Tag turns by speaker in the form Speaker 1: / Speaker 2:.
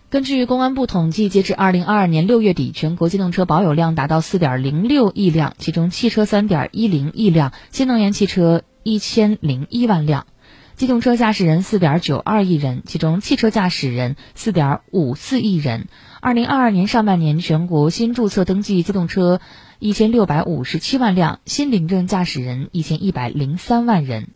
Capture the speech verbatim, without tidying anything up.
Speaker 1: 根据公安部统计，截至二零二二年六月底，全国机动车保有量达到 四点零六亿辆，其中汽车 三点一零亿辆，新能源汽车一千零一万辆。机动车驾驶人 四点九二亿人，其中汽车驾驶人 四点五四亿人。二零二二年上半年，全国新注册登记机动车一千六百五十七万辆，新领证驾驶人一千一百零三万人。